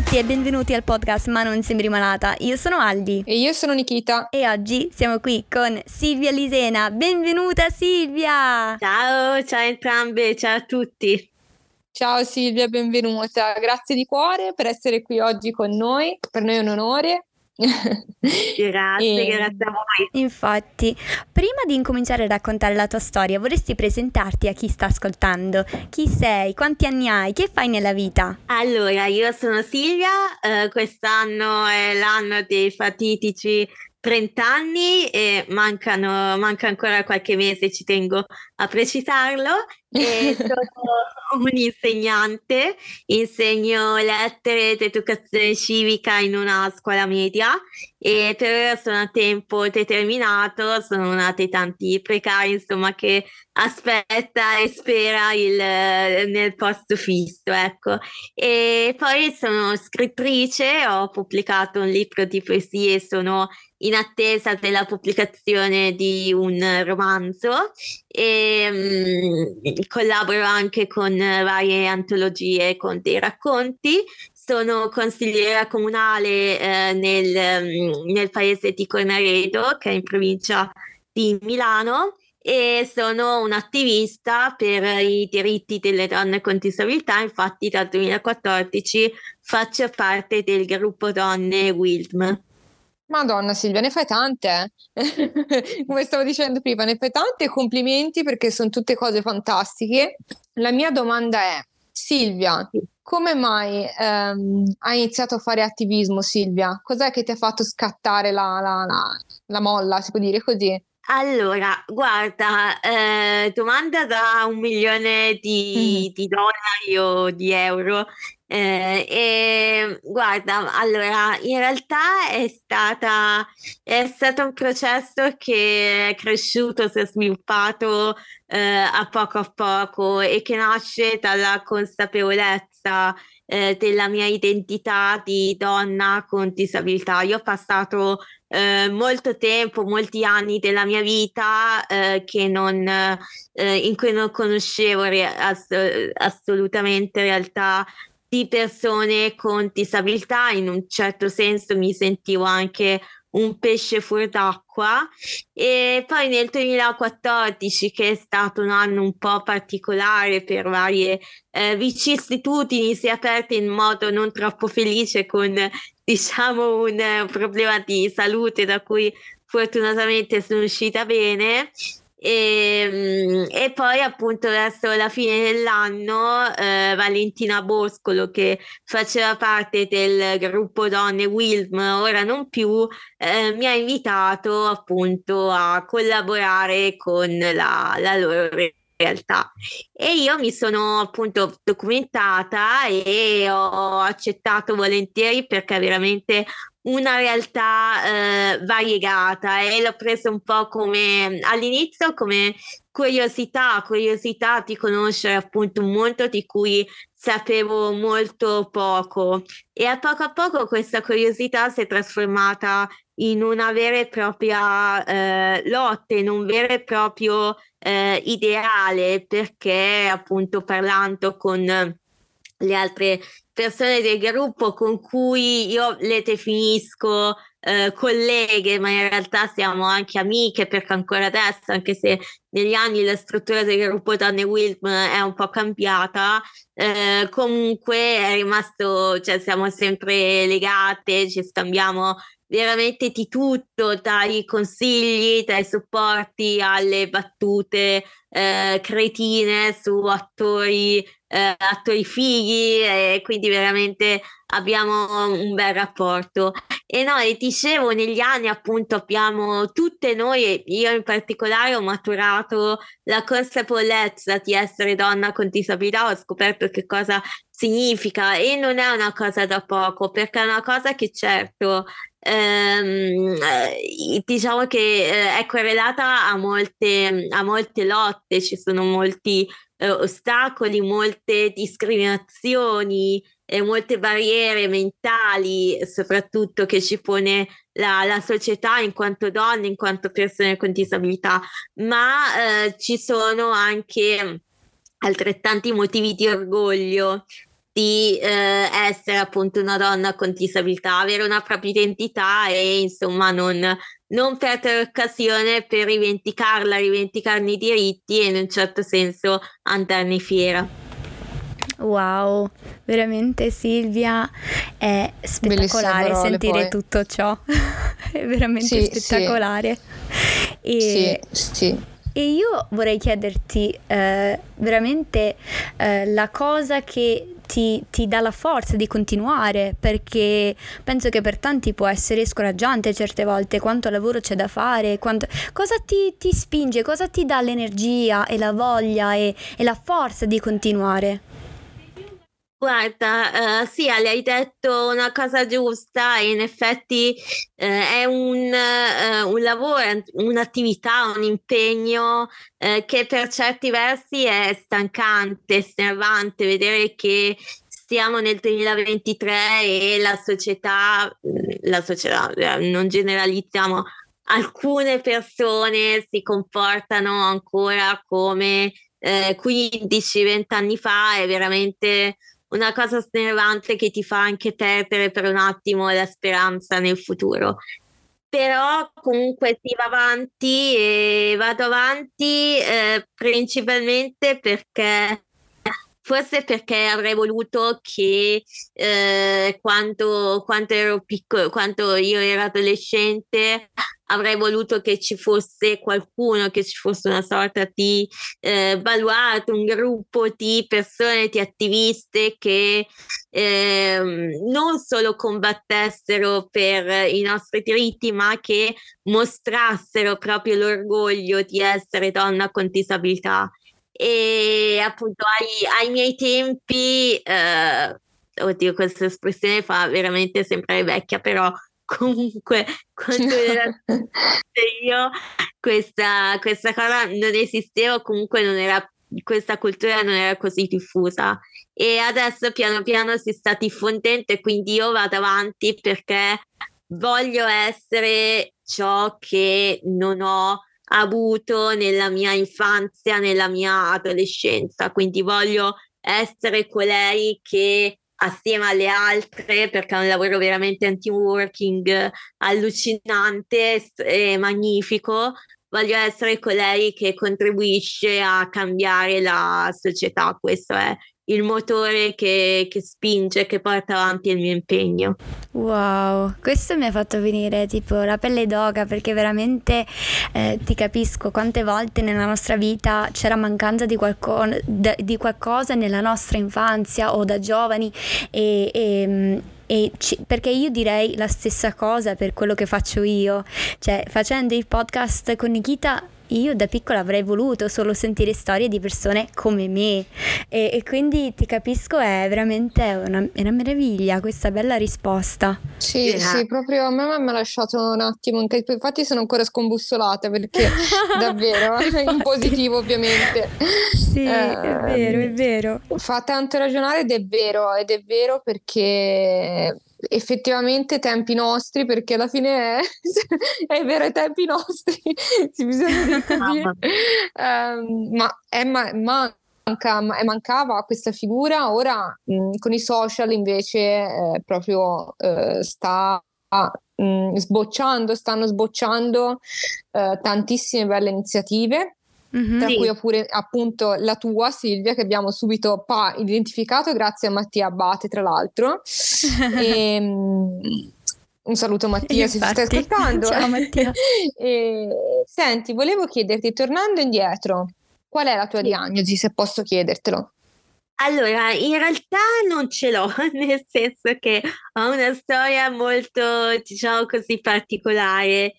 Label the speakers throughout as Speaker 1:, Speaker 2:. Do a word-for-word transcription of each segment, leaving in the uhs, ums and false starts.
Speaker 1: ragazzi e benvenuti al podcast Ma non sembri malata. Io sono Aldi.
Speaker 2: E io sono Nikita.
Speaker 1: E oggi siamo qui con Silvia Lisena. Benvenuta Silvia!
Speaker 3: Ciao, ciao a entrambe, ciao a tutti.
Speaker 2: Ciao Silvia, benvenuta. Grazie di cuore per essere qui oggi con noi. Per noi è un onore.
Speaker 3: Grazie,
Speaker 2: E...
Speaker 3: grazie a voi.
Speaker 1: Infatti, prima di incominciare a raccontare la tua storia, vorresti presentarti a chi sta ascoltando? Chi sei? Quanti anni hai? Che fai nella vita?
Speaker 3: Allora, io sono Silvia, eh, quest'anno è l'anno dei fatitici trenta anni e mancano, manca ancora qualche mese, ci tengo a precisarlo. E sono un'insegnante, insegno lettere ed educazione civica in una scuola media e per ora sono a tempo determinato, sono una dei tanti precari insomma che aspetta e spera il, nel posto fisso, ecco. E poi sono scrittrice, ho pubblicato un libro di poesie, sono in attesa della pubblicazione di un romanzo e um, collaboro anche con varie antologie, con dei racconti. Sono consigliera comunale eh, nel, um, nel paese di Cornaredo, che è in provincia di Milano, e sono un'attivista per i diritti delle donne con disabilità. Infatti dal duemilaquattordici faccio parte del gruppo donne W I L M.
Speaker 2: Madonna Silvia, ne fai tante, come stavo dicendo prima, ne fai tante e complimenti perché sono tutte cose fantastiche. La mia domanda è, Silvia, come mai ehm, hai iniziato a fare attivismo, Silvia? Cos'è che ti ha fatto scattare la, la, la, la molla, si può dire così?
Speaker 3: Allora, guarda, eh, domanda da un milione di, mm. di dollari o di euro. Eh, e guarda, allora, in realtà è stata è stato un processo che è cresciuto, si è sviluppato eh, a poco a poco e che nasce dalla consapevolezza eh, della mia identità di donna con disabilità. Io ho passato eh, molto tempo, molti anni della mia vita eh, che non, eh, in cui non conoscevo re- ass- assolutamente in realtà di persone con disabilità. In un certo senso mi sentivo anche un pesce fuor d'acqua e poi nel duemilaquattordici, che è stato un anno un po' particolare per varie eh, vicissitudini, si è aperta in modo non troppo felice con diciamo un, un problema di salute da cui fortunatamente sono uscita bene. E, e poi appunto verso la fine dell'anno eh, Valentina Boscolo, che faceva parte del gruppo donne W I L M, ora non più, eh, mi ha invitato appunto a collaborare con la, la loro realtà e io mi sono appunto documentata e ho accettato volentieri perché è veramente una realtà eh, variegata e l'ho preso un po' come all'inizio come curiosità, curiosità di conoscere appunto un mondo di cui sapevo molto poco e a poco a poco questa curiosità si è trasformata in una vera e propria eh, lotta, in un vero e proprio eh, ideale, perché appunto parlando con le altre persone del gruppo con cui io le definisco eh, colleghe, ma in realtà siamo anche amiche, perché ancora adesso, anche se negli anni la struttura del gruppo donne W I L M è un po' cambiata, eh, comunque è rimasto, cioè siamo sempre legate, ci scambiamo veramente di tutto, dai consigli, dai supporti alle battute eh, cretine su attori eh, attori fighi e quindi veramente abbiamo un bel rapporto. E noi dicevo, negli anni appunto abbiamo tutte noi, io in particolare ho maturato la consapevolezza di essere donna con disabilità, ho scoperto che cosa significa e non è una cosa da poco, perché è una cosa che certo ehm, eh, diciamo che eh, è correlata a molte, a molte lotte, ci sono molti eh, ostacoli, molte discriminazioni e molte barriere mentali, soprattutto che ci pone la, la società in quanto donne, in quanto persone con disabilità, ma eh, ci sono anche altrettanti motivi di orgoglio, di eh, essere appunto una donna con disabilità, avere una propria identità e insomma non, non perdere occasione per rivendicarla, rivendicarne i diritti e in un certo senso andarne fiera.
Speaker 1: Wow, veramente Silvia, è spettacolare
Speaker 2: parole,
Speaker 1: sentire
Speaker 2: poi.
Speaker 1: tutto ciò, è veramente
Speaker 2: Sì,
Speaker 1: spettacolare. E,
Speaker 2: Sì, sì.
Speaker 1: e io vorrei chiederti eh, veramente eh, la cosa che ti, ti dà la forza di continuare, perché penso che per tanti può essere scoraggiante certe volte quanto lavoro c'è da fare, quanto, cosa ti, ti spinge, cosa ti dà l'energia e la voglia e, e la forza di continuare.
Speaker 3: Guarda, eh, sì, Ale, hai detto una cosa giusta e in effetti eh, è un, eh, un lavoro, un'attività, un impegno eh, che per certi versi è stancante, snervante, vedere che stiamo nel duemilaventitré e la società, la società, eh, non generalizziamo, alcune persone si comportano ancora come eh, quindici venti anni fa, è veramente una cosa snervante che ti fa anche perdere per un attimo la speranza nel futuro. Però comunque si va avanti e vado avanti eh, principalmente perché forse perché avrei voluto che eh, quando, quando ero piccolo, quando io ero adolescente, avrei voluto che ci fosse qualcuno, che ci fosse una sorta di eh, baluardo, un gruppo di persone, di attiviste che eh, non solo combattessero per i nostri diritti, ma che mostrassero proprio l'orgoglio di essere donna con disabilità. E appunto ai, ai miei tempi, eh, oddio, questa espressione fa veramente sembrare vecchia, però comunque quando era io questa, questa cosa non esisteva, comunque non era, questa cultura non era così diffusa e adesso piano piano si sta diffondendo e quindi io vado avanti perché voglio essere ciò che non ho avuto nella mia infanzia, nella mia adolescenza, quindi voglio essere colei che assieme alle altre, perché è un lavoro veramente anti-working allucinante e magnifico, voglio essere colei che contribuisce a cambiare la società. Questo è il motore che, che spinge, che porta avanti il mio impegno.
Speaker 1: Wow, questo mi ha fatto venire tipo la pelle d'oca perché veramente eh, ti capisco quante volte nella nostra vita c'era mancanza di, qualco- di qualcosa nella nostra infanzia o da giovani e, e E ci, perché io direi la stessa cosa per quello che faccio io, cioè facendo il podcast con Nikita io da piccola avrei voluto solo sentire storie di persone come me e, e quindi ti capisco, è veramente una, una meraviglia questa bella risposta.
Speaker 2: Sì,
Speaker 3: Yeah.
Speaker 2: sì, proprio a me mi ha lasciato un attimo, anche- infatti sono ancora scombussolata perché davvero, in positivo ovviamente.
Speaker 1: Sì, è
Speaker 2: Ehm,
Speaker 1: vero, è vero.
Speaker 2: Fa tanto ragionare ed è vero, ed è vero perché effettivamente tempi nostri, perché alla fine è, è vero, ai tempi nostri, si bisogna dire così.
Speaker 3: Mamma.
Speaker 2: Ehm, ma è ma- manca, ma- mancava questa figura, ora mh, con i social invece eh, proprio eh, sta mh, sbocciando, stanno sbocciando eh, tantissime belle iniziative.
Speaker 1: Mhm.
Speaker 2: Tra
Speaker 3: Sì.
Speaker 2: cui pure appunto la tua Silvia che abbiamo subito pa, identificato grazie a Mattia Abate tra l'altro e, um, un saluto Mattia se ci stai
Speaker 1: Infatti.
Speaker 2: ascoltando.
Speaker 1: Ciao Mattia.
Speaker 2: E, senti, volevo chiederti, tornando indietro, qual è la tua
Speaker 3: Sì.
Speaker 2: diagnosi, se posso chiedertelo?
Speaker 3: Allora, in realtà non ce l'ho, nel senso che ho una storia molto, diciamo così, particolare.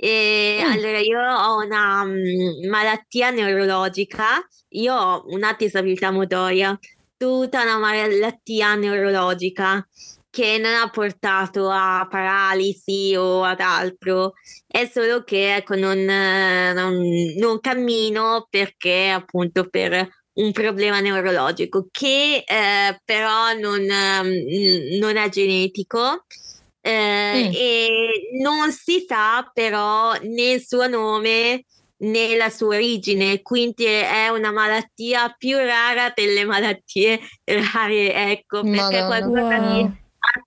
Speaker 3: E
Speaker 2: Mm.
Speaker 3: allora, io ho una mm, malattia neurologica, io ho una disabilità motoria, tutta una malattia neurologica che non ha portato a paralisi o ad altro, è solo che ecco, non, eh, non, non cammino perché appunto per un problema neurologico che eh, però non, ehm, non è genetico eh,
Speaker 2: Mm.
Speaker 3: e non si sa però né il suo nome nella sua origine, quindi è una malattia più rara delle malattie rare, ecco, perché è
Speaker 2: Madonna.
Speaker 3: qualcosa di
Speaker 1: Wow.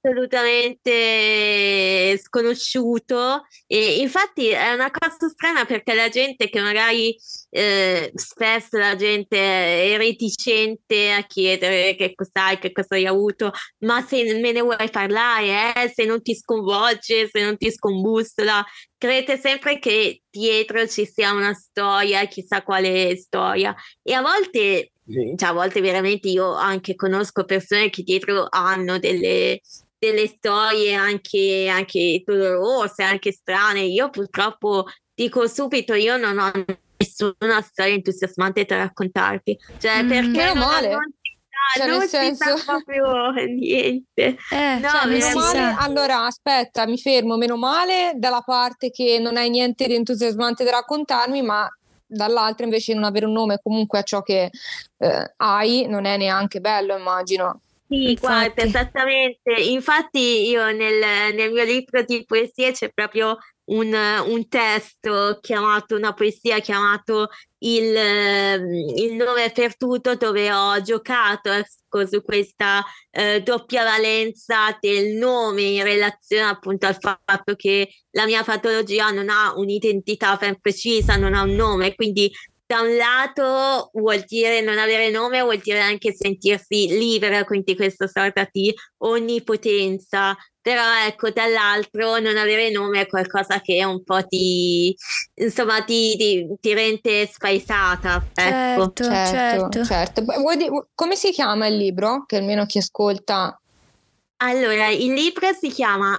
Speaker 3: assolutamente sconosciuto. E infatti è una cosa strana, perché la gente che magari eh, spesso la gente è reticente a chiedere che cos'hai, che cosa hai avuto, ma se me ne vuoi parlare, eh, se non ti sconvolge, se non ti scombussola, crede sempre che dietro ci sia una storia, chissà quale storia. E a volte, cioè a volte veramente io anche conosco persone che dietro hanno delle, delle storie anche, anche dolorose, anche strane. Io purtroppo dico subito, io non ho nessuna storia entusiasmante da raccontarti, cioè
Speaker 1: Mm.
Speaker 3: perché
Speaker 2: Meno
Speaker 3: non,
Speaker 2: male.
Speaker 3: non si sa,
Speaker 2: Cioè, nel
Speaker 3: non si
Speaker 2: senso-
Speaker 3: sa proprio niente.
Speaker 1: Eh,
Speaker 3: No,
Speaker 2: Cioè, meno
Speaker 1: si
Speaker 2: male,
Speaker 1: sa.
Speaker 2: allora aspetta, mi fermo, meno male dalla parte che non hai niente di entusiasmante da raccontarmi, ma dall'altra invece non avere un nome comunque a ciò che eh, hai non è neanche bello, immagino.
Speaker 3: Sì, guarda,
Speaker 1: Infatti.
Speaker 3: esattamente. Infatti io nel, nel mio libro di poesie c'è proprio un, un testo chiamato, una poesia chiamato il, ehm, il nome perduto, dove ho giocato, ecco, su questa eh, doppia valenza del nome in relazione appunto al fatto che la mia patologia non ha un'identità ben precisa, non ha un nome, quindi da un lato vuol dire non avere nome, vuol dire anche sentirsi libera, quindi questa sorta di onnipotenza, però ecco, dall'altro non avere nome è qualcosa che un po' ti, insomma, ti, ti, ti rende spaesata, ecco.
Speaker 1: Certo,
Speaker 2: Certo,
Speaker 1: certo.
Speaker 2: certo. Beh, vuoi di- come si chiama il libro? Che almeno chi ascolta...
Speaker 3: Allora, il libro si chiama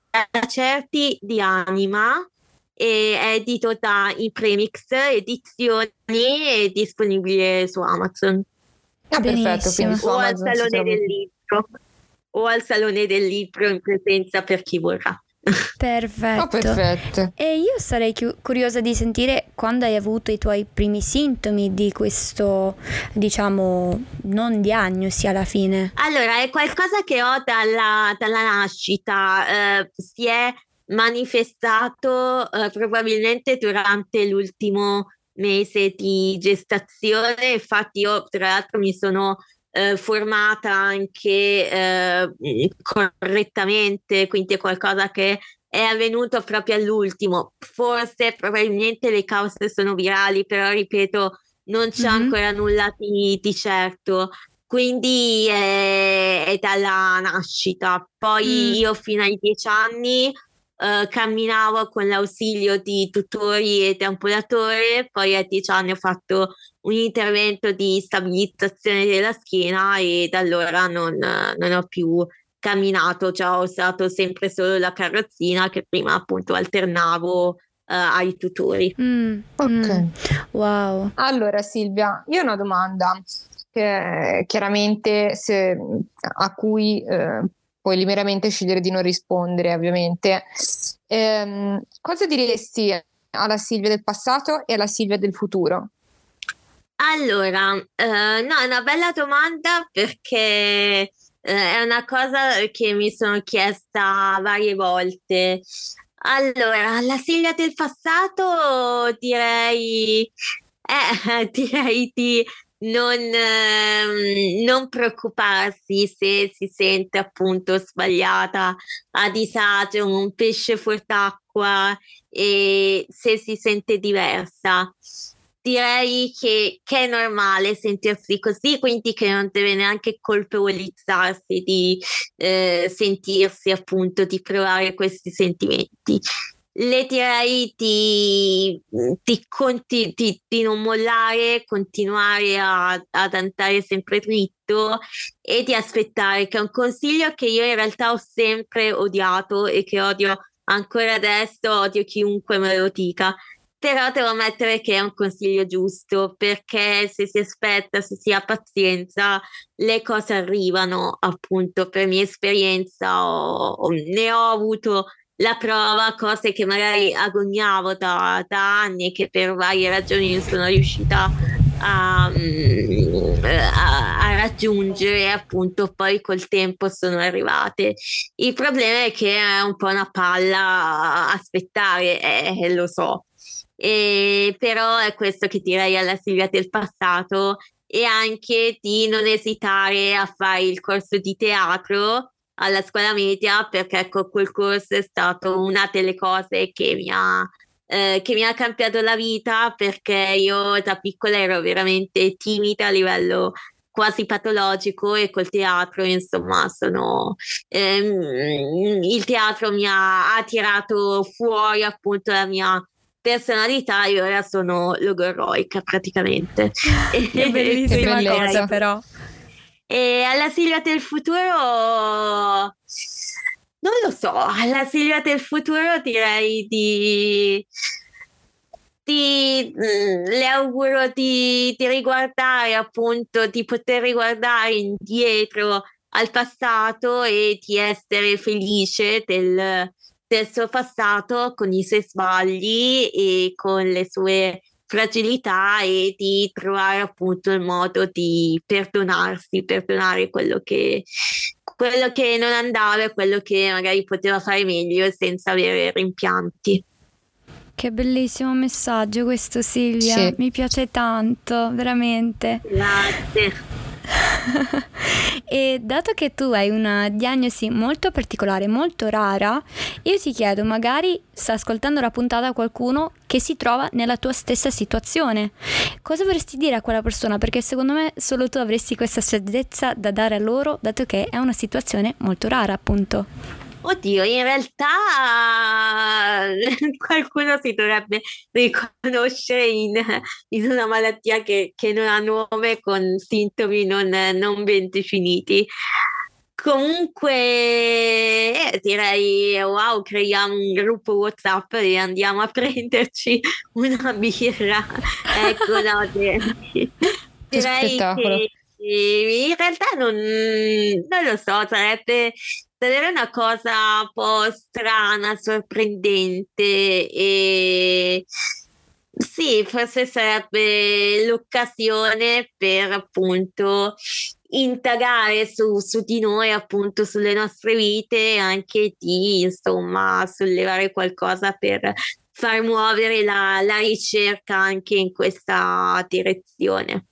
Speaker 3: Lacerti di anima e è edito da Impremix Edizioni e è disponibile su Amazon
Speaker 2: Ah, perfetto,
Speaker 1: Benissimo.
Speaker 2: quindi su
Speaker 3: o al
Speaker 2: Amazon si
Speaker 3: Salone
Speaker 2: trova.
Speaker 3: del Libro o al Salone del Libro in presenza per chi vorrà.
Speaker 1: Perfetto.
Speaker 2: Oh, perfetto.
Speaker 1: E io sarei chiu- curiosa di sentire quando hai avuto i tuoi primi sintomi di questo, diciamo, non diagnosi alla fine.
Speaker 3: Allora, è qualcosa che ho dalla, dalla nascita, eh, si è manifestato eh, probabilmente durante l'ultimo mese di gestazione. Infatti io tra l'altro mi sono eh, formata anche eh, correttamente, quindi è qualcosa che è avvenuto proprio all'ultimo. Forse probabilmente le cause sono virali, però ripeto, non c'è
Speaker 1: Mhm.
Speaker 3: ancora nulla di, di certo. Quindi è, è dalla nascita. Poi
Speaker 1: Mm.
Speaker 3: io fino ai dieci anni eh, camminavo con l'ausilio di tutori e ambulatore, poi a dieci anni ho fatto un intervento di stabilizzazione della schiena e da allora non, non ho più camminato, cioè ho usato sempre solo la carrozzina che prima appunto alternavo eh, ai tutori.
Speaker 1: Mm,
Speaker 2: Ok.
Speaker 1: mm. Wow.
Speaker 2: Allora Silvia, io ho una domanda che chiaramente se, a cui eh, puoi liberamente scegliere di non rispondere, ovviamente. Ehm, cosa diresti alla Silvia del passato e alla Silvia del futuro?
Speaker 3: Allora, eh, no, è una bella domanda perché eh, è una cosa che mi sono chiesta varie volte. Allora, la Silvia del passato direi, eh, direi di non, ehm, non preoccuparsi se si sente appunto sbagliata, a disagio, un pesce fuor d'acqua e se si sente diversa. Direi che, che è normale sentirsi così, quindi che non deve neanche colpevolizzarsi di eh, sentirsi appunto, di provare questi sentimenti. Le direi di, di, conti- di- di non mollare, continuare a- ad andare sempre dritto e di aspettare, che è un consiglio che io in realtà ho sempre odiato e che odio ancora adesso, odio chiunque me lo dica. Però devo ammettere che è un consiglio giusto, perché se si aspetta, se si ha pazienza, le cose arrivano, appunto, per mia esperienza ho- ho- ne ho avuto la prova, cose che magari agognavo da, da anni e che per varie ragioni non sono riuscita a, mm, a- a raggiungere, e appunto poi col tempo sono arrivate. Il problema è che è un po' una palla aspettare, eh, lo so. e però è questo che direi alla Silvia del passato, e anche di non esitare a fare il corso di teatro alla scuola media, perché ecco, quel corso è stato una delle cose che mi ha Eh, che mi ha cambiato la vita, perché io da piccola ero veramente timida a livello quasi patologico, e col teatro insomma sono ehm, il teatro mi ha, ha tirato fuori appunto la mia personalità, e ora sono logorroica praticamente.
Speaker 1: Che bellissima
Speaker 2: Che
Speaker 1: cosa
Speaker 2: bellezza.
Speaker 1: però.
Speaker 3: E alla Silvia del futuro, non lo so, alla Silvia del futuro direi di, di mm, le auguro di, di riguardare appunto, di poter riguardare indietro al passato e di essere felice del, del suo passato, con i suoi sbagli e con le sue fragilità, e di trovare appunto il modo di perdonarsi, perdonare quello che, quello che non andava e quello che magari poteva fare meglio senza avere rimpianti.
Speaker 1: Che bellissimo messaggio questo, Silvia.
Speaker 2: Sì.
Speaker 1: Mi piace tanto, veramente.
Speaker 3: Grazie.
Speaker 1: E dato che tu hai una diagnosi molto particolare, molto rara, io ti chiedo, magari sta ascoltando la puntata qualcuno che si trova nella tua stessa situazione. Cosa vorresti dire a quella persona? Perché secondo me solo tu avresti questa saggezza da dare a loro, dato che è una situazione molto rara, appunto.
Speaker 3: Oddio, in realtà qualcuno si dovrebbe riconoscere in, in una malattia che, che non ha nome, con sintomi non, non ben definiti. Comunque eh, direi wow, creiamo un gruppo WhatsApp e andiamo a prenderci una birra. Ecco, no, direi, direi
Speaker 2: spettacolo.
Speaker 3: che eh, in realtà non, non lo so, sarebbe sarebbe una cosa un po' strana, sorprendente, e sì, forse sarebbe l'occasione per appunto indagare su, su di noi, appunto sulle nostre vite, e anche di insomma sollevare qualcosa per far muovere la, la ricerca anche in questa direzione.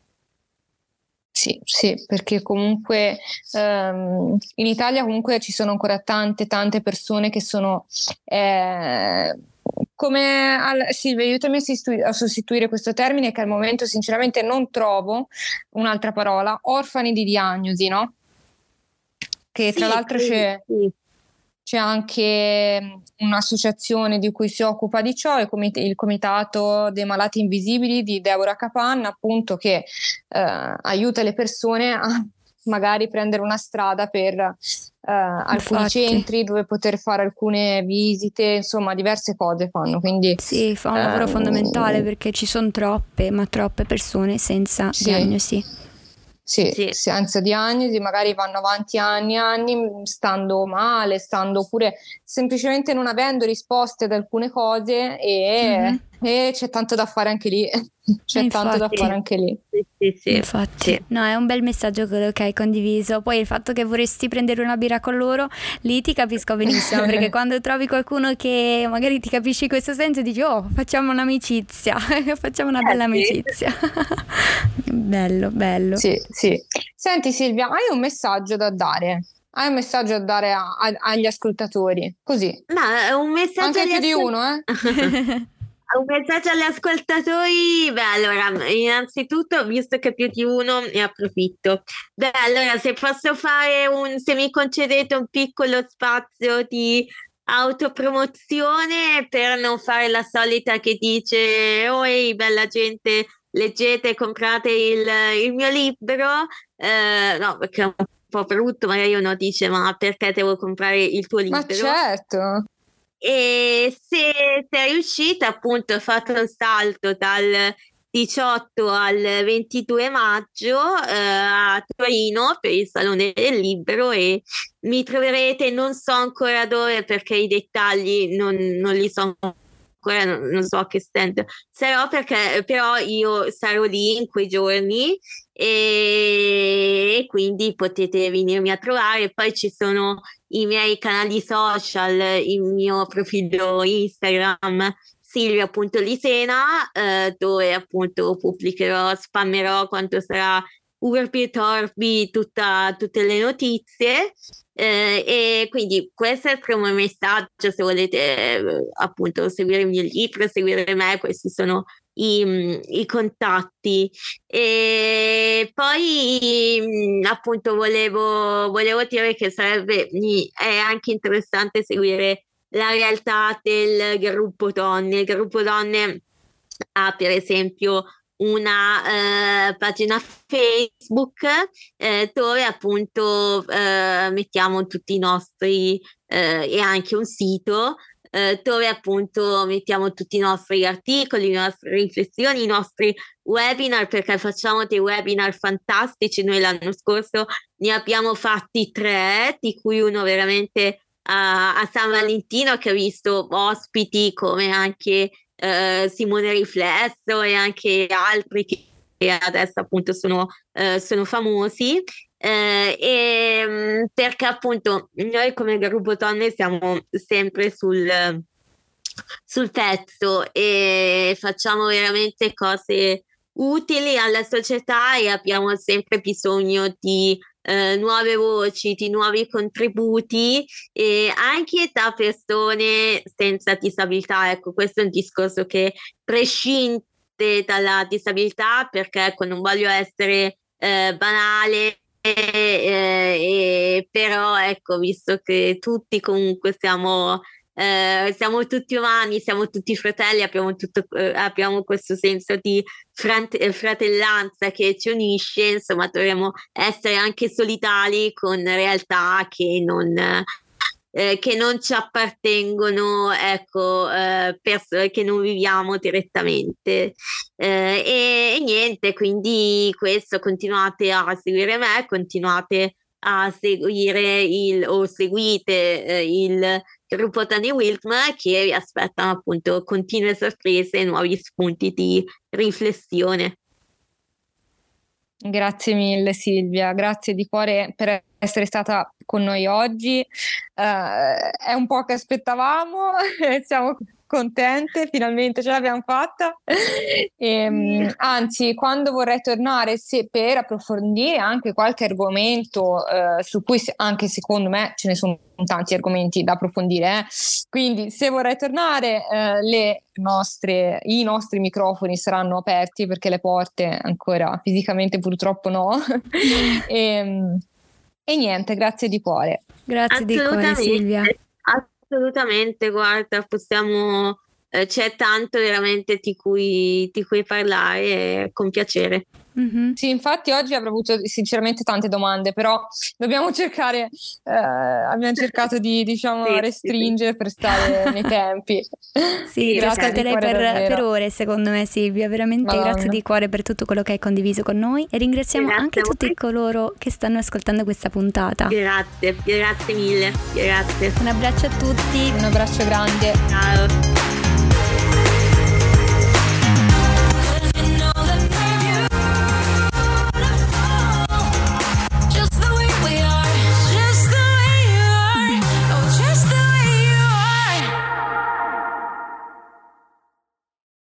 Speaker 2: Sì, sì, perché comunque ehm, in Italia comunque ci sono ancora tante, tante persone che sono eh, come al, Silvia, aiutami a, sostitu- a sostituire questo termine che al momento sinceramente non trovo un'altra parola, orfani di diagnosi, no? Che tra
Speaker 3: Sì,
Speaker 2: l'altro
Speaker 3: sì,
Speaker 2: c'è,
Speaker 3: sì.
Speaker 2: c'è anche un'associazione di cui si occupa di ciò, il, comit- il Comitato dei Malati Invisibili di Deborah Kapan, appunto, che eh, aiuta le persone a magari prendere una strada per eh, alcuni
Speaker 1: Infatti.
Speaker 2: centri dove poter fare alcune visite, insomma diverse cose fanno. Quindi
Speaker 1: Sì, fa un lavoro
Speaker 2: ehm,
Speaker 1: fondamentale, perché ci sono troppe, ma troppe persone senza
Speaker 2: Sì.
Speaker 1: diagnosi.
Speaker 2: Sì,
Speaker 3: Sì.
Speaker 2: senza diagnosi, magari vanno avanti anni e anni stando male, stando oppure semplicemente non avendo risposte ad alcune cose, e,
Speaker 1: Mhm.
Speaker 2: e c'è tanto da fare anche lì. C'è
Speaker 1: Eh,
Speaker 2: tanto da
Speaker 1: infatti.
Speaker 2: fare anche lì.
Speaker 3: Sì, sì, sì.
Speaker 1: Infatti,
Speaker 3: Sì.
Speaker 1: no, è un bel messaggio quello che hai condiviso. Poi il fatto che vorresti prendere una birra con loro, lì ti capisco benissimo, perché quando trovi qualcuno che magari ti capisce questo senso, dici, oh, facciamo un'amicizia, facciamo una bella
Speaker 3: Eh, sì.
Speaker 1: amicizia. Bello, bello.
Speaker 2: Sì, sì. Senti Silvia, hai un messaggio da dare? Hai un messaggio da dare a- a- agli ascoltatori? Così.
Speaker 3: Ma è un messaggio
Speaker 2: Anche
Speaker 3: agli
Speaker 2: più di
Speaker 3: ascol-
Speaker 2: uno, eh?
Speaker 3: Un messaggio agli ascoltatori. Beh, allora, innanzitutto, visto che più di uno, ne approfitto. Beh, allora, se posso fare un, se mi concedete un piccolo spazio di autopromozione, per non fare la solita che dice, oi, bella gente, leggete, comprate il, il mio libro. Eh, no, perché è un po' brutto, magari uno dice, ma perché devo comprare il tuo libro?
Speaker 2: Ma certo.
Speaker 3: E se sei riuscita, appunto, ho fatto un salto dal diciotto al ventidue maggio eh, a Torino per il Salone del Libro, e mi troverete, non so ancora dove perché i dettagli non, non li so ancora, non, non so a che stand sarò, perché però io sarò lì in quei giorni, e, e quindi potete venirmi a trovare. Poi ci sono i miei canali social, il mio profilo Instagram, Silvia appunto Lisena, eh, dove appunto pubblicherò, spammerò quanto sarà urbi e torbi tutta, tutte le notizie. Eh, e quindi questo è il primo messaggio, se volete eh, appunto seguire il mio libro, seguire me, questi sono i, i contatti. E poi appunto volevo, volevo dire che sarebbe è anche interessante seguire la realtà del gruppo donne. Il gruppo donne ha per esempio una eh, pagina Facebook eh, dove appunto eh, mettiamo tutti i nostri eh, e anche un sito eh, dove appunto mettiamo tutti i nostri articoli, le nostre riflessioni, i nostri webinar, perché facciamo dei webinar fantastici. Noi l'anno scorso ne abbiamo fatti tre, di cui uno veramente a, a San Valentino, che ha visto ospiti come anche Uh, Simone Riflesso e anche altri che adesso appunto sono, uh, sono famosi uh, e, perché appunto noi come gruppo donne siamo sempre sul, sul pezzo e facciamo veramente cose utili alla società e abbiamo sempre bisogno di Uh, nuove voci, di nuovi contributi e anche da persone senza disabilità. Ecco, questo è un discorso che prescinde dalla disabilità, perché ecco, non voglio essere uh, banale eh, eh, però ecco, visto che tutti comunque siamo Eh, siamo tutti umani, siamo tutti fratelli, abbiamo, tutto, eh, abbiamo questo senso di frate- fratellanza che ci unisce, insomma dovremmo essere anche solidali con realtà che non, eh, che non ci appartengono, ecco, eh, pers- che non viviamo direttamente eh, e, e niente, quindi questo, continuate a seguire me, continuate a seguire il o seguite eh, il gruppo Tani Wilm, che vi aspettano appunto continue sorprese e nuovi spunti di riflessione.
Speaker 2: Grazie mille Silvia, grazie di cuore per essere stata con noi oggi. Uh, è un po' che aspettavamo, siamo contente, finalmente ce l'abbiamo fatta. E, um, anzi, quando vorrei tornare se, per approfondire anche qualche argomento uh, su cui se, anche secondo me ce ne sono tanti argomenti da approfondire, eh? Quindi se vorrei tornare uh, le nostre, i nostri microfoni saranno aperti, perché le porte ancora fisicamente purtroppo no. e, e niente, grazie di cuore.
Speaker 1: Grazie di cuore Silvia.
Speaker 3: Assolutamente, guarda, possiamo, eh, c'è tanto veramente di cui, di cui parlare con piacere.
Speaker 2: Mm-hmm. Sì, infatti oggi avrò avuto sinceramente tante domande, però dobbiamo cercare, eh, abbiamo cercato di diciamo sì, restringere sì, sì. per stare nei tempi.
Speaker 1: Sì, ti ascolterei per, per ore secondo me Silvia, veramente Madonna. Grazie di cuore per tutto quello che hai condiviso con noi e ringraziamo grazie anche tutti coloro che stanno ascoltando questa puntata.
Speaker 3: Grazie, grazie mille, grazie.
Speaker 1: Un abbraccio a tutti.
Speaker 2: Un abbraccio grande.
Speaker 3: Ciao.